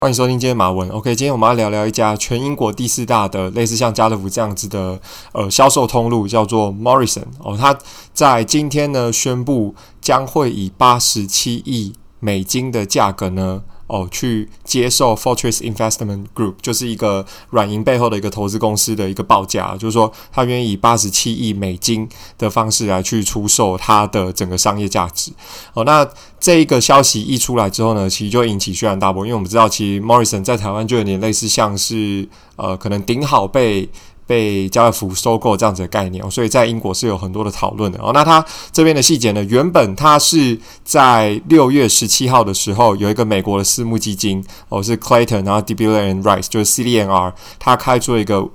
欢迎收听今天马文。OK， 今天我们要聊聊一家全英国第四大的类似像家乐福这样子的销售通路，叫做 Morrison。它在今天呢宣布将会以87亿美金的价格呢去接受 Fortress Investment Group， 就是一个软银背后的一个投资公司的一个报价，就是说他愿意以87亿美金的方式来去出售它的整个商业价值。那这一个消息一出来之后呢，其实就引起轩然大波，因为我们知道其实 Morrison 在台湾就有点类似像是可能顶好被家乐福收购这样子的概念，所以在英国是有很多的讨论的。那它这边的细节呢，原本它是在6月17号的时候，有一个美国的私募基金是 Clayton， 然后 DeBuller and Rice 就是 CDNR， 它开出了一个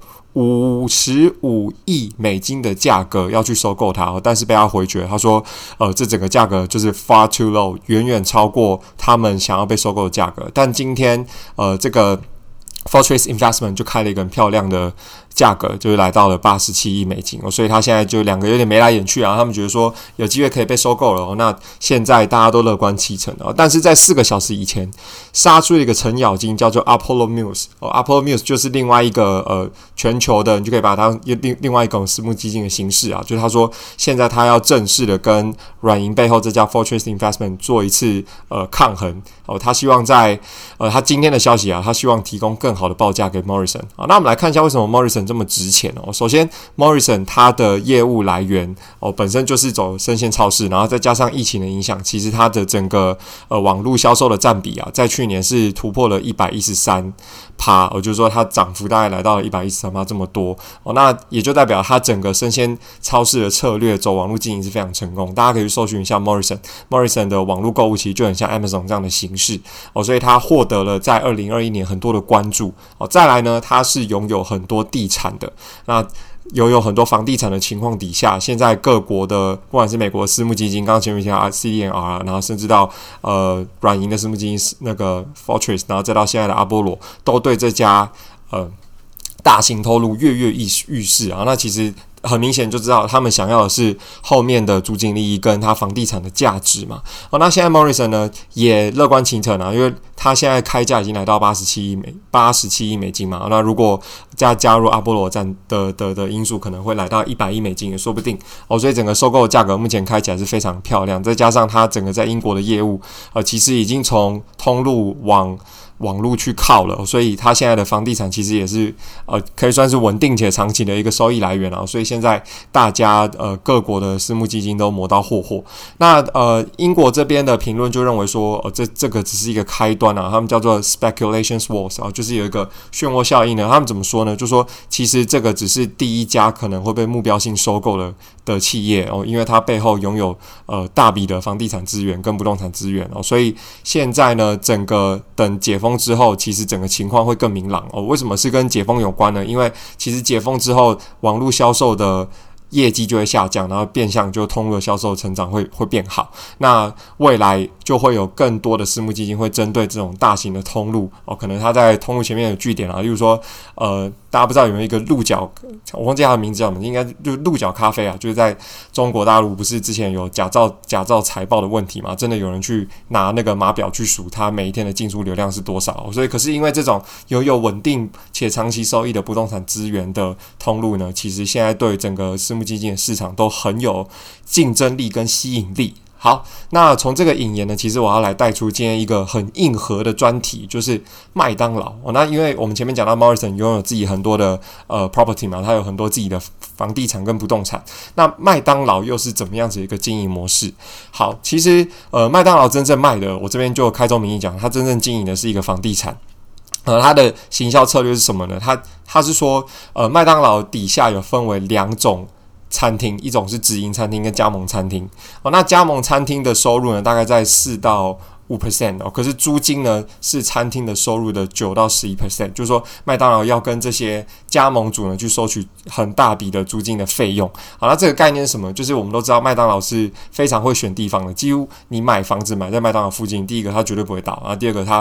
55亿美金的价格要去收购它，但是被他回绝。他说这整个价格就是 far too low， 远远超过他们想要被收购的价格。但今天这个 Fortress Investment 就开了一个很漂亮的价格，就是来到了87亿美金，所以他现在就两个有点眉来眼去啊，他们觉得说有机会可以被收购了，那现在大家都乐观其成，但是在4个小时以前杀出了一个程咬金，叫做 Apollo Muse，Apollo Muse 就是另外一个全球的，你就可以把它当另外一种私募基金的形式啊，就是他说现在他要正式的跟软银背后这家 Fortress Investment 做一次抗衡，他希望在他今天的消息啊，他希望提供更好的报价给 Morrison。那我们来看一下为什么 Morrison 这么值钱首先 Morrison 它的业务来源本身就是走生鲜超市，然后再加上疫情的影响，其实它的整个网络销售的占比啊，在去年是突破了 113%，就是说它涨幅大概来到了 113% 这么多那也就代表它整个生鲜超市的策略走网络经营是非常成功。大家可以去搜寻一下 Morrison 的网络购物其实就很像 Amazon 这样的形式所以它获得了在2021年很多的关注再来呢，它是拥有很多地产的，那有很多房地产的情况底下，现在各国的不管是美国的私募基金，刚刚前面提到 CDNR， 然后甚至到软银的私募基金那个 Fortress， 然后再到现在的阿波罗，都对这家大型透露跃跃欲试啊。那其实很明显就知道他们想要的是后面的租金利益跟他房地产的价值嘛。那现在 Morrison 呢也乐观其成因为他现在开价已经来到87亿美金嘛。那如果加入阿波罗站的因素，可能会来到100亿美金也说不定所以整个收购的价格目前开起来是非常漂亮。再加上他整个在英国的业务其实已经从通路往网络去靠了，所以他现在的房地产其实也是可以算是稳定且长期的一个收益来源所以现在大家各国的私募基金都磨到霍。那英国这边的评论就认为说这个只是一个开端他们叫做 speculation wars 就是有一个漩涡效应呢。他们怎么说呢？就说其实这个只是第一家可能会被目标性收购的企业因为它背后拥有大笔的房地产资源跟不动产资源所以现在呢整个等解封之后，其实整个情况会更明朗为什么是跟解封有关呢？因为其实解封之后，网络销售的业绩就会下降，然后变相就通路的销售成长会变好。那未来就会有更多的私募基金会针对这种大型的通路可能它在通路前面有据点例如说大家不知道有没有一个鹿角，我忘记它的名字叫什么，应该就是鹿角咖啡就是在中国大陆不是之前有假造财报的问题嘛？真的有人去拿那个码表去数它每一天的进出流量是多少所以可是因为这种拥有稳定且长期收益的不动产资源的通路呢，其实现在对整个私募基金的市场都很有竞争力跟吸引力。好，那从这个引言呢，其实我要来带出今天一个很硬核的专题，就是麦当劳那因为我们前面讲到 Morrison 拥有自己很多的property 嘛，他有很多自己的房地产跟不动产。那麦当劳又是怎么样子一个经营模式？好，其实麦当劳真正卖的，我这边就开宗明义讲，他真正经营的是一个房地产。它的行销策略是什么呢？他是说麦当劳底下有分为2种餐厅，一种是直营餐厅跟加盟餐厅那加盟餐厅的收入呢，大概在4到5% 可是租金呢是餐厅的收入的9到11%，就是说麦当劳要跟这些加盟主呢去收取很大笔的租金的费用。好，那这个概念是什么？就是我们都知道麦当劳是非常会选地方的，几乎你买房子买在麦当劳附近，第一个它绝对不会倒，然后第二个它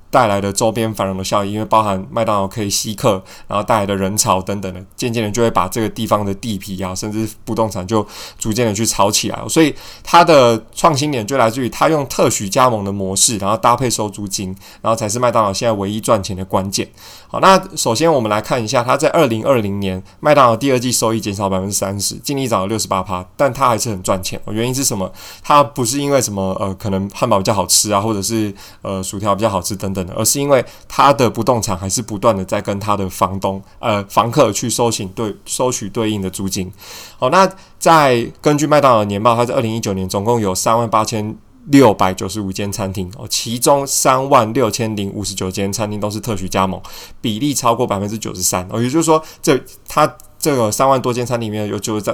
带来的周边繁荣的效益，因为包含麦当劳可以吸客，然后带来的人潮等等的，渐渐的就会把这个地方的地皮啊，甚至不动产就逐渐的去炒起来。所以它的创新点就来自于它用特许加盟的模式，然后搭配收租金，然后才是麦当劳现在唯一赚钱的关键。好，那首先我们来看一下，它在2020年麦当劳第二季收益减少 30%， 净利涨了 68%， 但它还是很赚钱。原因是什么？它不是因为什么可能汉堡比较好吃啊，或者是薯条比较好吃等等的，而是因为它的不动产还是不断的在跟它的房客去收取对应的租金。好，那根据麦当劳的年报，它在2019年总共有38,695间餐厅，其中36,059间餐厅都是特许加盟，比例超过 93%， 也就是说它这个3万多间餐厅里面有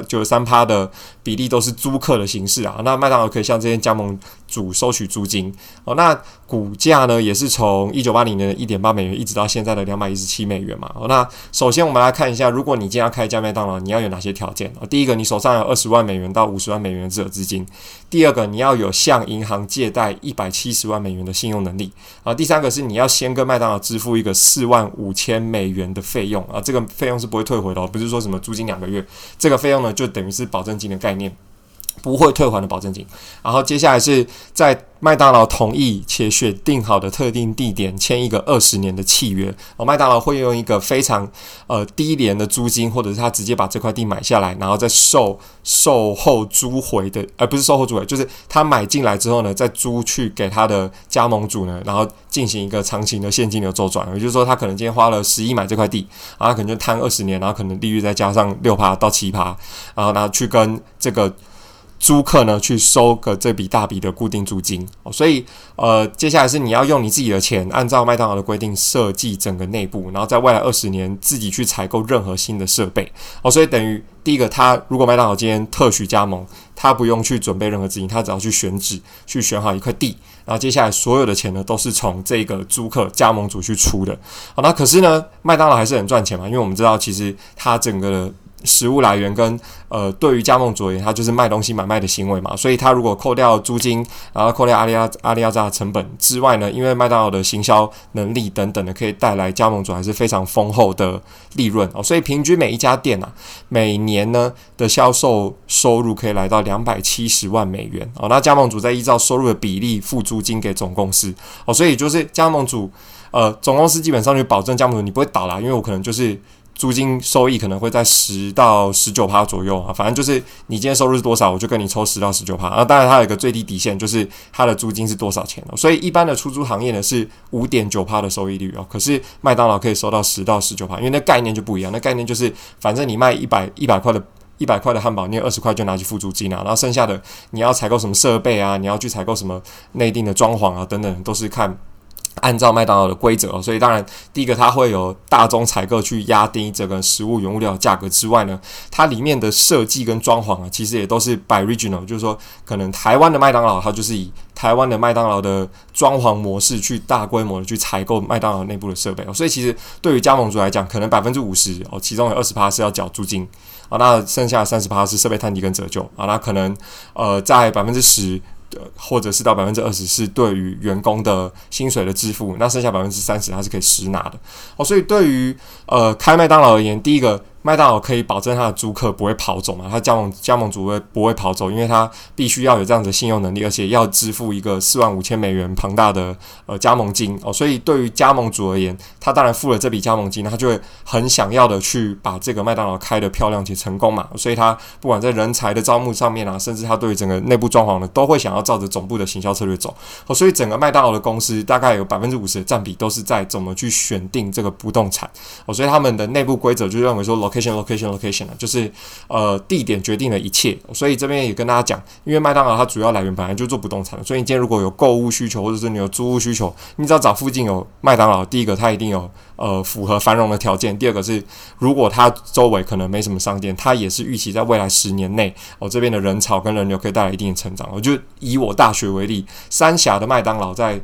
93% 的比例都是租客的形式啊。那麦当劳可以向这些加盟主收取租金。那股价呢也是从1980年的 1.8 美元一直到现在的217美元嘛。那首先我们来看一下，如果你今天要开一家麦当劳，你要有哪些条件？第一个，你手上有20万美元到50万美元的自有资金；第二个，你要有向银行借贷170万美元的信用能力；第三个是你要先跟麦当劳支付一个45000美元的费用这个费用是不会退回的不是说什么租金2个月，这个费用呢就等于是保证金的概念，不会退还的保证金。然后接下来是在麦当劳同意且选定好的特定地点签一个20年的契约麦当劳会用一个非常低廉的租金，或者是他直接把这块地买下来，然后再售后租回的，不是售后租回，就是他买进来之后呢，再租去给他的加盟主呢，然后进行一个长期的现金流周转。也就是说，他可能今天花了10亿买这块地，然后他可能就摊20年，然后可能利率再加上 6% 到 7%， 然后拿去跟这个租客呢去收个这笔大笔的固定租金所以接下来是你要用你自己的钱，按照麦当劳的规定设计整个内部，然后在未来20年自己去采购任何新的设备所以等于第一个，他如果麦当劳今天特许加盟，他不用去准备任何资金，他只要去选址，去选好一块地，然后接下来所有的钱呢都是从这个租客加盟主去出的那可是呢麦当劳还是很赚钱嘛，因为我们知道其实它整个的食物来源跟对于加盟主而言，它就是卖东西买卖的行为嘛，所以它如果扣掉租金，然后扣掉阿里亚扎的成本之外呢，因为麦当劳的行销能力等等的，可以带来加盟主还是非常丰厚的利润所以平均每一家店每年呢的销售收入可以来到270万美元那加盟主再依照收入的比例付租金给总公司所以就是加盟主总公司基本上就保证加盟主你不会倒啦，因为我可能就是租金收益可能会在10%到 19% 左右反正就是你今天收入是多少，我就跟你抽10%到 19%当然它有一个最低底线，就是它的租金是多少钱所以一般的出租行业呢是 5.9% 的收益率可是麦当劳可以收到10%到 19%， 因为那概念就不一样，那概念就是反正你卖100块的汉堡，你有20块就拿去付租金然后剩下的你要采购什么设备你要去采购什么内定的装潢等等，都是按照麦当劳的规则所以当然第一个它会有大宗采购去压低这个食物原物料的价格之外呢，它里面的设计跟装潢其实也都是 by regional， 就是说可能台湾的麦当劳它就是以台湾的麦当劳的装潢模式去大规模的去采购麦当劳内部的设备所以其实对于加盟主来讲，可能 50% 其中有 20% 是要缴租金那剩下的 30% 是设备摊低跟折旧那可能在 10%或者是到 20% 是对于员工的薪水的支付，那剩下 30% 它是可以实拿的所以对于开麦当劳而言，第一个麦当劳可以保证他的租客不会跑走嘛，他加盟主不会跑走，因为他必须要有这样子的信用能力，而且要支付一个45000美元庞大的加盟金所以对于加盟主而言，他当然付了这笔加盟金，他就会很想要的去把这个麦当劳开得漂亮且成功嘛，所以他不管在人才的招募上面甚至他对于整个内部装潢呢，都会想要照着总部的行销策略走所以整个麦当劳的公司大概有 50% 的占比都是在怎么去选定这个不动产所以他们的内部规则就认为说 location 就是地点决定了一切所以这边也跟大家讲，因为麦当劳它主要来源本来就做不动产，所以你今天如果有购物需求或者是你有租屋需求，你只要找附近有麦当劳，第一个它一定有符合繁荣的条件，第二个是如果它周围可能没什么商店，它也是预期在未来10年内这边的人潮跟人流可以带来一定的成长就以我大学为例，三峡的麦当劳在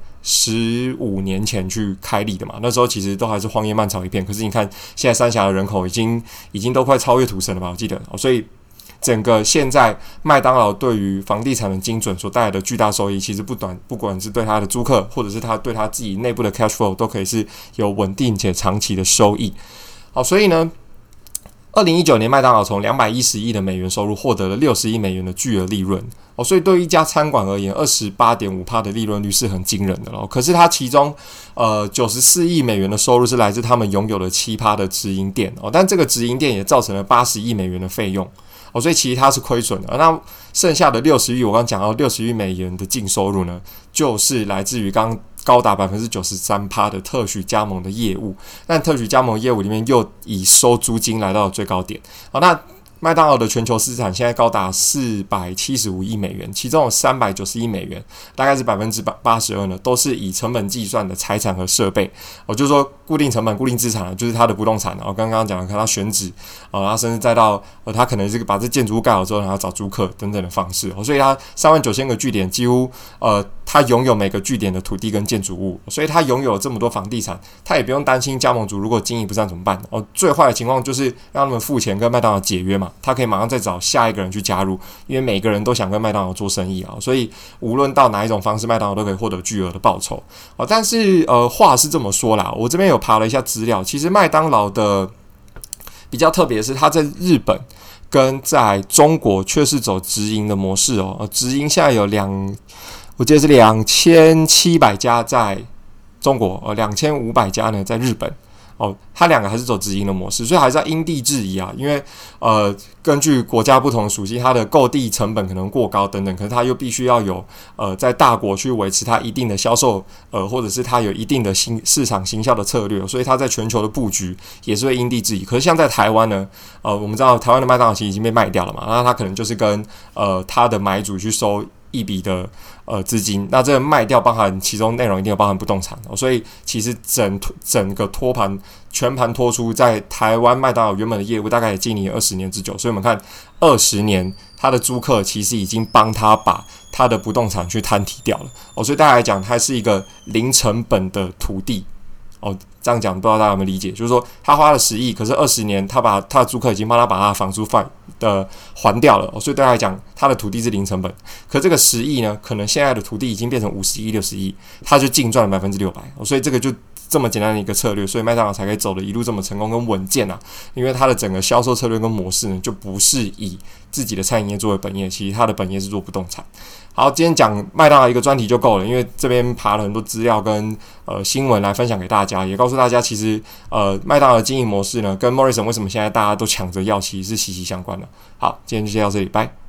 15年前去开立的嘛，那时候其实都还是荒野漫草一片，可是你看现在三峡的人口已经都快超越土城了吧，我记得所以整个现在麦当劳对于房地产的精准所带来的巨大收益，其实不管是对他的租客，或者是他对他自己内部的 cash flow， 都可以是有稳定且长期的收益。好，所以呢，2019年麦当劳从210亿的美元收入获得了60亿美元的巨额利润。所以对于一家餐馆而言 ，28.5% 的利润率是很惊人的咯。可是它其中94亿美元的收入是来自他们拥有的7%的直营店但这个直营店也造成了80亿美元的费用所以其实它是亏损的。那剩下的60亿，我刚刚讲到60亿美元的净收入呢，就是来自于高达 93% 的特许加盟的业务，但特许加盟业务里面又以收租金来到了最高点。好，那麦当劳的全球资产现在高达475亿美元，其中有390亿美元，大概是 82% 呢，都是以成本计算的财产和设备。就是说固定成本、固定资产就是它的不动产。刚刚讲的，看它选址然后甚至再到它可能是把这建筑物盖好之后，然后找租客等等的方式。所以它39000个据点，几乎它拥有每个据点的土地跟建筑物，所以它拥有这么多房地产，它也不用担心加盟主如果经营不善怎么办。最坏的情况就是让他们付钱跟麦当劳解约嘛。他可以马上再找下一个人去加入，因为每个人都想跟麦当劳做生意所以无论到哪一种方式，麦当劳都可以获得巨额的报酬但是话是这么说啦，我这边有爬了一下资料，其实麦当劳的比较特别的是，它在日本跟在中国却是走直营的模式直营现在有我记得是2700家在中国2500家呢在日本它两个还是走直营的模式，所以还是要因地制宜因为根据国家不同的属性，它的购地成本可能过高等等，可是它又必须要有在大国去维持它一定的销售或者是它有一定的市场行销的策略，所以它在全球的布局也是会因地制宜。可是像在台湾呢我们知道台湾的麦当劳其实已经被卖掉了嘛，那它可能就是跟它的买主去收一笔的资金，那这个卖掉包含其中内容一定有包含不动产所以其实整个全盘托出，在台湾麦当劳原本的业务大概也经营20年之久，所以我们看20年，他的租客其实已经帮他把他的不动产去摊提掉了所以大家来讲，它是一个零成本的土地这样讲不知道大家有没有理解，就是说他花了10亿，可是20年他的租客已经帮他把他的房租还掉了所以对他来讲，他的土地是零成本。可这个10亿呢，可能现在的土地已经变成50亿、60亿，他就净赚了600%所以这个就这么简单的一个策略，所以麦当劳才可以走的一路这么成功跟稳健因为它的整个销售策略跟模式呢，就不是以自己的餐饮业作为本业，其实它的本业是做不动产。好，今天讲麦当劳一个专题就够了，因为这边爬了很多资料跟新闻来分享给大家，也告诉大家其实麦当劳的经营模式呢，跟 Morrison 为什么现在大家都抢着要，其实是息息相关的。好，今天就先到这里，拜。